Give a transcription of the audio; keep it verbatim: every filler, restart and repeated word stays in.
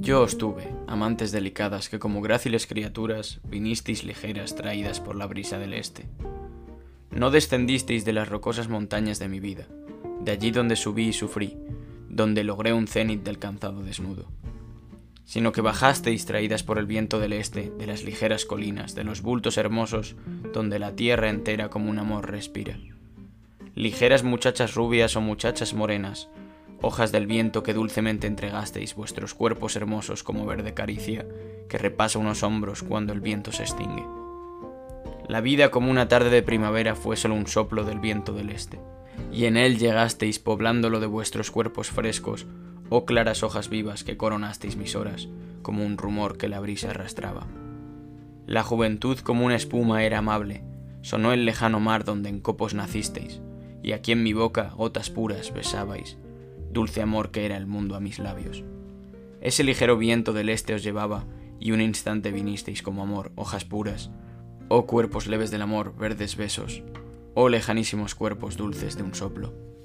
Yo os tuve, amantes delicadas, que como gráciles criaturas vinisteis ligeras traídas por la brisa del este. No descendisteis de las rocosas montañas de mi vida, de allí donde subí y sufrí, donde logré un cénit del cansado desnudo, sino que bajasteis traídas por el viento del este, de las ligeras colinas, de los bultos hermosos, donde la tierra entera como un amor respira. Ligeras muchachas rubias o muchachas morenas, hojas del viento que dulcemente entregasteis vuestros cuerpos hermosos como verde caricia que repasa unos hombros cuando el viento se extingue. La vida como una tarde de primavera fue solo un soplo del viento del este, y en él llegasteis poblándolo de vuestros cuerpos frescos, oh claras hojas vivas que coronasteis mis horas, como un rumor que la brisa arrastraba. La juventud como una espuma era amable, sonó el lejano mar donde en copos nacisteis, y aquí en mi boca gotas puras besabais, dulce amor que era el mundo a mis labios. Ese ligero viento del este os llevaba, y un instante vinisteis como amor, hojas puras, oh cuerpos leves del amor, verdes besos, oh lejanísimos cuerpos dulces de un soplo.